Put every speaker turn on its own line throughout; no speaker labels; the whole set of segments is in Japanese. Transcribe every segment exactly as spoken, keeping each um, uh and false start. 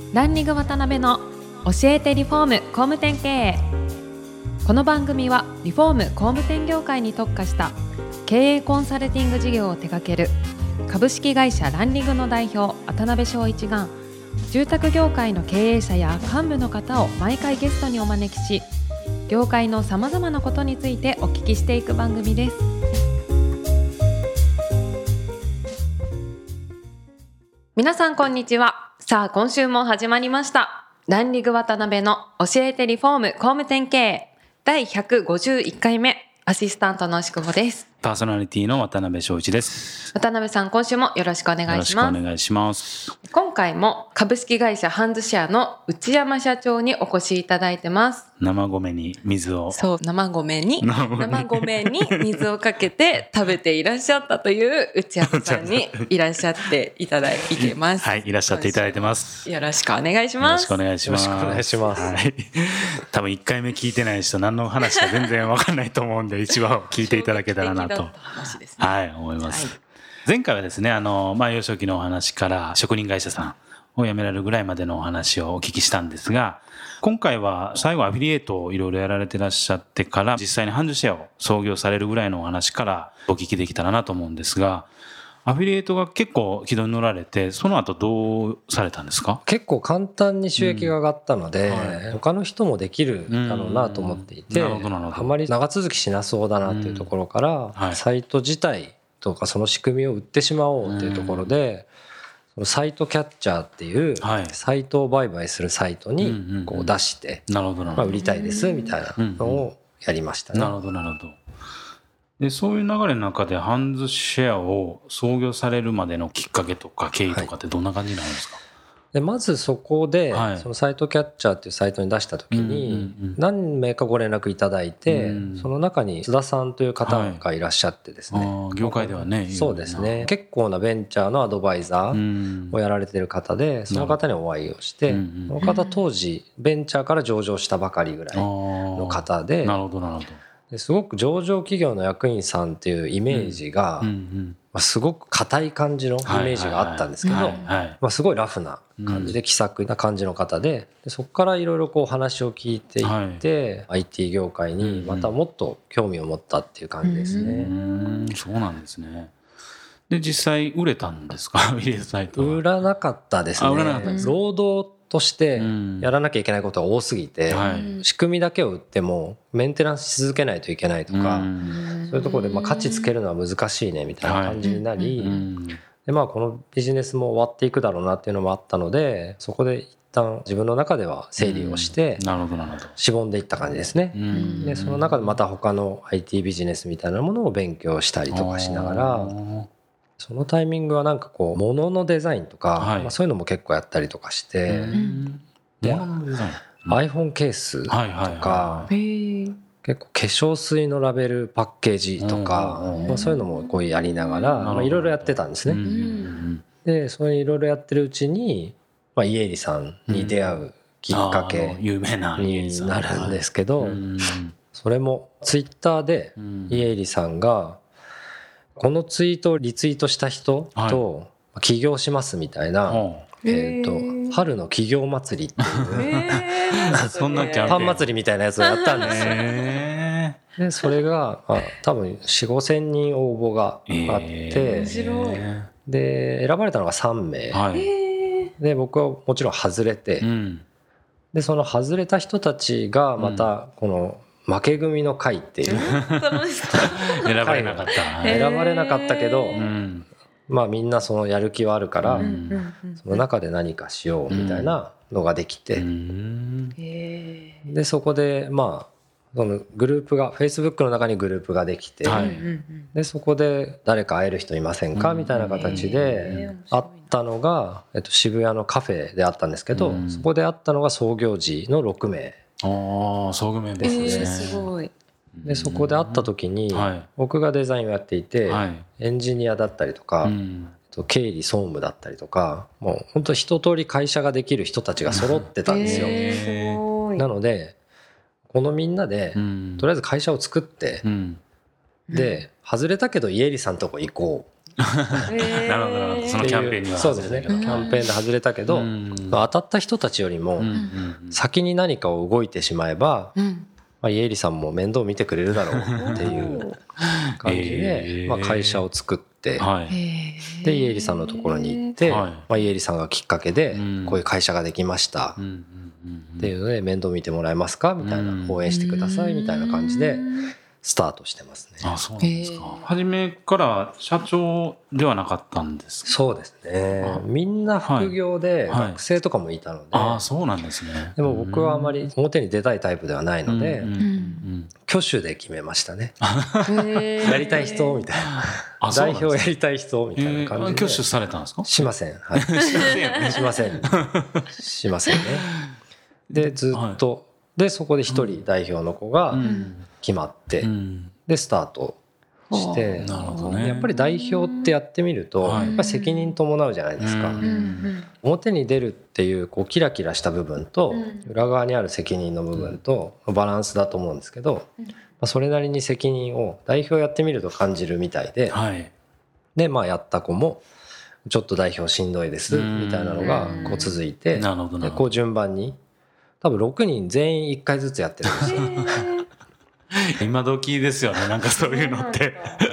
ランリング渡辺の教えてリフォーム工務店経営。この番組はリフォーム工務店業界に特化した経営コンサルティング事業を手掛ける株式会社ランリングの代表渡辺翔一が、住宅業界の経営者や幹部の方を毎回ゲストにお招きし、業界のさまざまなことについてお聞きしていく番組です。皆さんこんにちは。さあ今週も始まりました。ランリング渡辺の教えてリフォーム工務店経営だいひゃくごじゅういっかいめ、アシスタントの牛久保です。
パーソナリティの渡辺翔一です。
渡辺さん、今週もよろしくお願いします。
よろしくお願いします。
今回も株式会社ハンズシェアの内山社長にお越しいただいてます。
生米に水を
そう生米に生米に水をかけて食べていらっしゃったという内山さんにいらっしゃっていただいてます。
はい、いらっしゃっていただいてます。
よろしくお願いします。
よろしくお願いします。
よろしくお願いします。
はい、多分いっかいめ聞いてない人、何の話か全然わかんないと思うんで、一話を聞いていただけたらなと、はい、思います。はい、前回はですね、あの、まあ、幼少期のお話から職人会社さんを辞められるぐらいまでのお話をお聞きしたんですが、今回は最後アフィリエイトをいろいろやられてらっしゃってから、実際にハンズシェアを創業されるぐらいのお話からお聞きできたらなと思うんですが、アフィリエイトが結構軌道に乗られて、その後どうされたんですか？
結構簡単に収益が上がったので、
うんはい、
他の人もできるだろうなと思っていて、あまり長続きしなそうだなっていうところから、はい、サイト自体とかその仕組みを売ってしまおうっていうところで、そのサイトキャッチャーっていうサイトを売買するサイトにこう出して、まあ売りたいですみたいなのをやりましたね。
なるほどなるほど。でそういう流れの中でハンズシェアを創業されるまでのきっかけとか経緯とかってどんな感じになるんですか？はい、
でまずそこでそのサイトキャッチャーっていうサイトに出した時に何名かご連絡いただいて、その中に須田さんという方がいらっしゃってですね、
はい、業界ではね、
そうですね、結構なベンチャーのアドバイザーをやられてる方で、その方にお会いをして、その方当時ベンチャーから上場したばかりぐらいの方で、
なるほどなるほど。
ですごく上場企業の役員さんっていうイメージが、すごく硬い感じのイメージがあったんですけど、すごいラフな感じで気さくな感じの方で、でそこからいろいろこう話を聞いていって、はい、アイティー 業界にまたもっと興味を持ったっていう感じですね。
うん、そうなんですね。で実際売れたんですか？サイトは
売らなかったですね。労働としてやらなきゃいけないことが多すぎて、うん、仕組みだけを売ってもメンテナンスし続けないといけないとか、うん、そういうところでまあ価値つけるのは難しいねみたいな感じになり、はいうん、でまあこのビジネスも終わっていくだろうなっていうのもあったので、そこで一旦自分の中では整理をしてしぼんでいった感じですね。うん、でその中でまた他の アイティー ビジネスみたいなものを勉強したりとかしながら、そのタイミングはなんかこう物のデザインとか、はいまあ、そういうのも結構やったりとかして、で iPhone ケースとか、はいはいはい、結構化粧水のラベルパッケージとか、まあ、そういうのもこうやりながらいろいろやってたんですね。でそういういろいろやってるうちに、まあ、家入さんに出会うきっかけになるんですけど、それもツイッターで家入さんがこのツイートをリツイートした人と起業しますみたいな、はい、えーと春の起業祭りっていうそんなパン祭りみたいなやつをやったんですよ。でそれが、まあ、多分 よん、ごせんにん応募があって、で選ばれたのがさんめい、はい、で僕はもちろん外れて、うん、でその外れた人たちがまたこの負け組の会っていう
選ばれなかった
選ばれなかったけど、うん、まあみんなそのやる気はあるから、うん、その中で何かしようみたいなのができて、うん、でそこでまあそのグループが Facebook の中にグループができて、はい、でそこで誰か会える人いませんかみたいな形で会ったのが、えっと、渋谷のカフェであったんですけど、そこで会ったのが創業時のろくめい。
ああ、創業メンバーですね。
すごい。
でそこで会った時に、はい、僕がデザインをやっていて、はい、エンジニアだったりとか、うん、経理総務だったりとか、もう本当一通り会社ができる人たちが揃ってたんですよ。えー、なのでこのみんなで、うん、とりあえず会社を作って、うん、で外れたけど家入さんとこ行こ
なるほどなるほど。そのキャンペーンには
そうですね、キャンペーンで外れたけど、うん、当たった人たちよりも先に何かを動いてしまえば、うん、まあ、家入さんも面倒見てくれるだろうっていう感じで、まあ、会社を作って、はい、で家入さんのところに行って、はい、まあ、家入さんがきっかけでこういう会社ができましたっていうので、面倒見てもらえますかみたいな、応援してくださいみたいな感じでスタートしてますね。
あ、そうなんですか。初めから社長ではなかったんですか？
そうですね。みんな副業で学生とかもいたので、
はいはい、あ、そうなんですね。
でも僕はあまり表に出たいタイプではないので、挙手で決めましたね。やりたい人みたいな、代表やりたい人みたいな感じで。
挙手されたんですか？
しません、はい、しませんしませんね。でずっと、はい、でそこで一人代表の子が決まって、うん、でスタートして、なるほどね、やっぱり代表ってやってみると、やっぱり責任伴うじゃないですか、うん、表に出るっていうこうキラキラした部分と、裏側にある責任の部分とバランスだと思うんですけど、まあ、それなりに責任を代表やってみると感じるみたいで、はい、でまあやった子もちょっと代表しんどいですみたいなのがこう続いて、でこう順番に多分ろくにん全員いっかいずつやってるんですよ。
今時ですよね、なんかそういうのって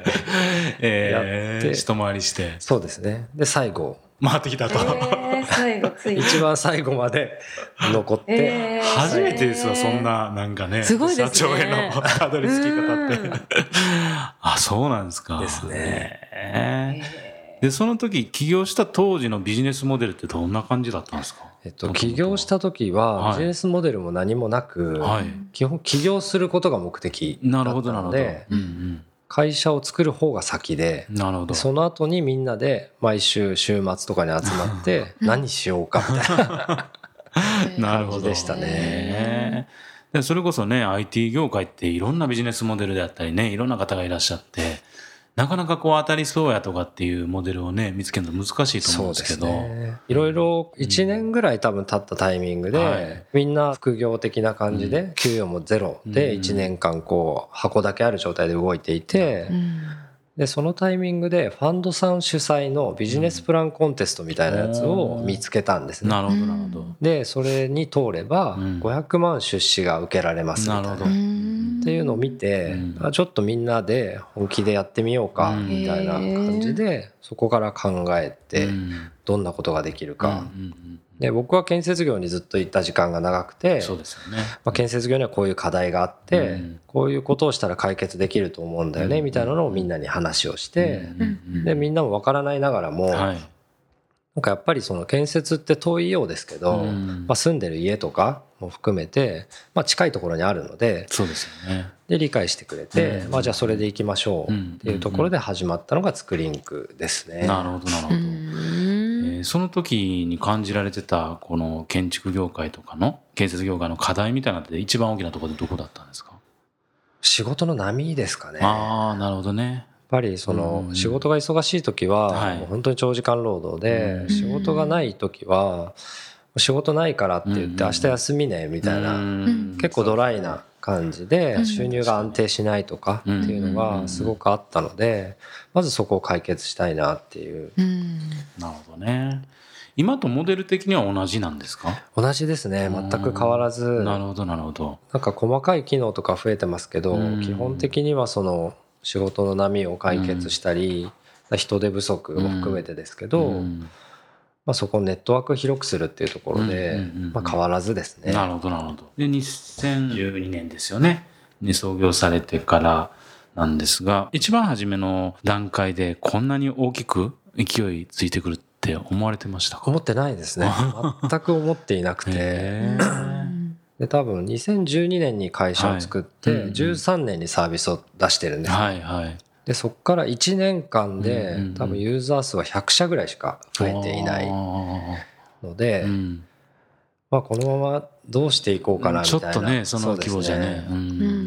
えー、一回りして。
そうですね。で最後
回ってきたと、
えー、最後つい
一番最後まで残って、
えー、初めてですわ、そんななんかね、
すごいですね、
社長へのたどり着き方ってあ、そうなんですか。
ですね、
えー、でその時起業した当時のビジネスモデルってどんな感じだったんですか？
えっと、起業した時はビジネスモデルも何もなく、はい、基本起業することが目的だったので、うんうん、会社を作る方が先で、なるほど、その後にみんなで毎週週末とかに集まって何しようかみたいな感じでしたね。
でそれこそね アイティー 業界っていろんなビジネスモデルであったりね、いろんな方がいらっしゃって、なかなかこう当たりそうやとかっていうモデルをね見つけるの難しいと思うんですけど、そうですね、
いろいろいちねんぐらい多分経ったタイミングで、うん、はい、みんな副業的な感じで、うん、給与もゼロでいちねんかんこう箱だけある状態で動いていて、うん、でそのタイミングでファンドさん主催のビジネスプランコンテストみたいなやつを見つけたんですね。
なるほどなるほど。
でそれに通ればごひゃくまん出資が受けられますみたいな、っていうのを見て、うん、ちょっとみんなで本気でやってみようかみたいな感じで、そこから考えてどんなことができるか、うんうんうん、で僕は建設業にずっといた時間が長くて、そうですよね、まあ、建設業にはこういう課題があって、うん、こういうことをしたら解決できると思うんだよね、うん、みたいなのをみんなに話をして、うん、でみんなも分からないながらも、はい、なんかやっぱりその建設って遠いようですけど、うんまあ、住んでる家とかも含めて、まあ、近いところにあるので、
そうですよね、で
理解してくれて、うんまあ、じゃあそれでいきましょうっていうところで始まったのがツクリンクですね。
なるほどなるほど、えー、その時に感じられてたこの建築業界とかの建設業界の課題みたいなのって一番大きなところでどこだったんですか？
仕事の波ですかね。
ああ、なるほどね。
やっぱりその仕事が忙しい時はもう本当に長時間労働で、仕事がない時は仕事ないからって言って明日休みねみたいな、結構ドライな感じで収入が安定しないとかっていうのがすごくあったので、まずそこを解決したいなっていう。
なるほどね。今とモデル的には同じなんですか？
同じですね、全く変わらず。
なるほどなるほど。
なんか細かい機能とか増えてますけど、基本的にはその仕事の波を解決したり、人手不足を含めてですけど、まあ、そこをネットワークを広くするっていうところで、まあ、変わらずですね。
なるほどなるほど。でにせんじゅうにねんですよねに創業されてからなんですが、一番初めの段階でこんなに大きく勢いついてくるって思われてましたか？
思ってないですね。全く思っていなくてで多分にせんじゅうにねんに会社を作ってじゅうさんねんにサービスを出してるんです、はいはい、でそこからいちねんかんで多分ユーザー数はひゃくしゃぐらいしか増えていないので、まあ、このままどうしていこうかなみたいな、
ちょっとねその規模じゃね、
うん、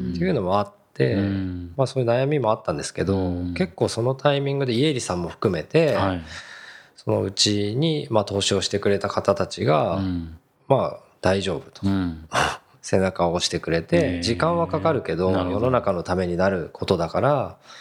っていうのもあって、まあ、そういう悩みもあったんですけど、結構そのタイミングで家入さんも含めて、はい、そのうちにまあ投資をしてくれた方たちが、まあ大丈夫と、うん、背中を押してくれて、時間はかかるけど世の中のためになることだから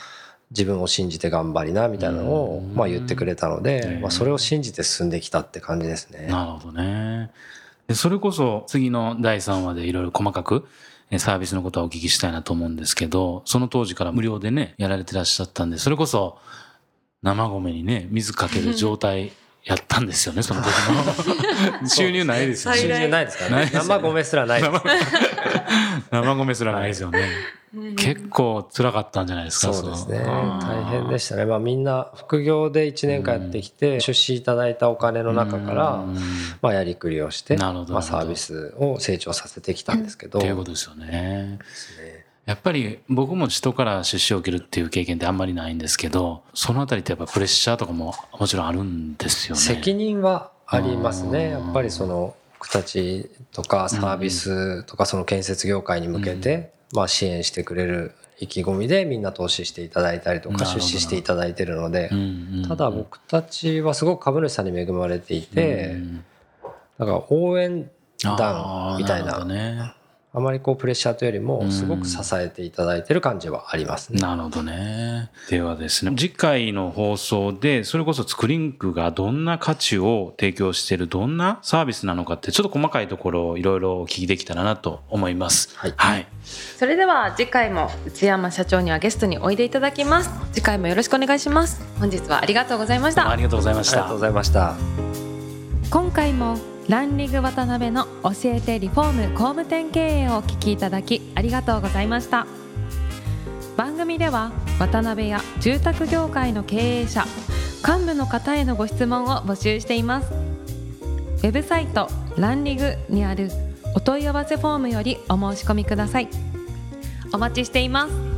自分を信じて頑張りなみたいなのをまあ言ってくれたので、まあそれを信じて進んできたって感じですね。
なるほどね。でそれこそ次のだいさんわでいろいろ細かくサービスのことはお聞きしたいなと思うんですけど、その当時から無料でねやられてらっしゃったんで、それこそ生米にね水かける状態やったんですよね、その時の収入ないですよね。
収入ないですからね。生米すらないです。
生米すらないですよね。結構辛かったんじゃないですか。
そうですね。大変でしたね。まあみんな副業でいちねんかんやってきて、出資いただいたお金の中からまあやりくりをして、まあサービスを成長させてきたんですけど。
っていうことですよね。やっぱり僕も人から出資を受けるっていう経験ってあんまりないんですけど、そのあたりってやっぱプレッシャーとかももちろんあるんですよね。
責任はありますね。やっぱりその僕たちとかサービスとかその建設業界に向けてまあ支援してくれる意気込みでみんな投資していただいたりとか出資していただいてるので、ただ僕たちはすごく株主さんに恵まれていて、だから応援団みたいな、あまりこうプレッシャーというよりもすごく支えていただいてる感じはありますね。
なるほどね。ではですね、次回の放送でそれこそツクリンクがどんな価値を提供している、どんなサービスなのかってちょっと細かいところをいろいろお聞きできたらなと思います。
はい、
はい、
それでは次回も内山社長にはゲストにおいでいただきます。次回もよろしくお願いします。本日はありがとうございました。
ありがとうございました。
ありがとうございました。
今回もランリング渡辺の教えてリフォーム工務店経営をお聞きいただきありがとうございました。番組では渡辺や住宅業界の経営者、幹部の方へのご質問を募集しています。ウェブサイトランリグにあるお問い合わせフォームよりお申し込みください。お待ちしています。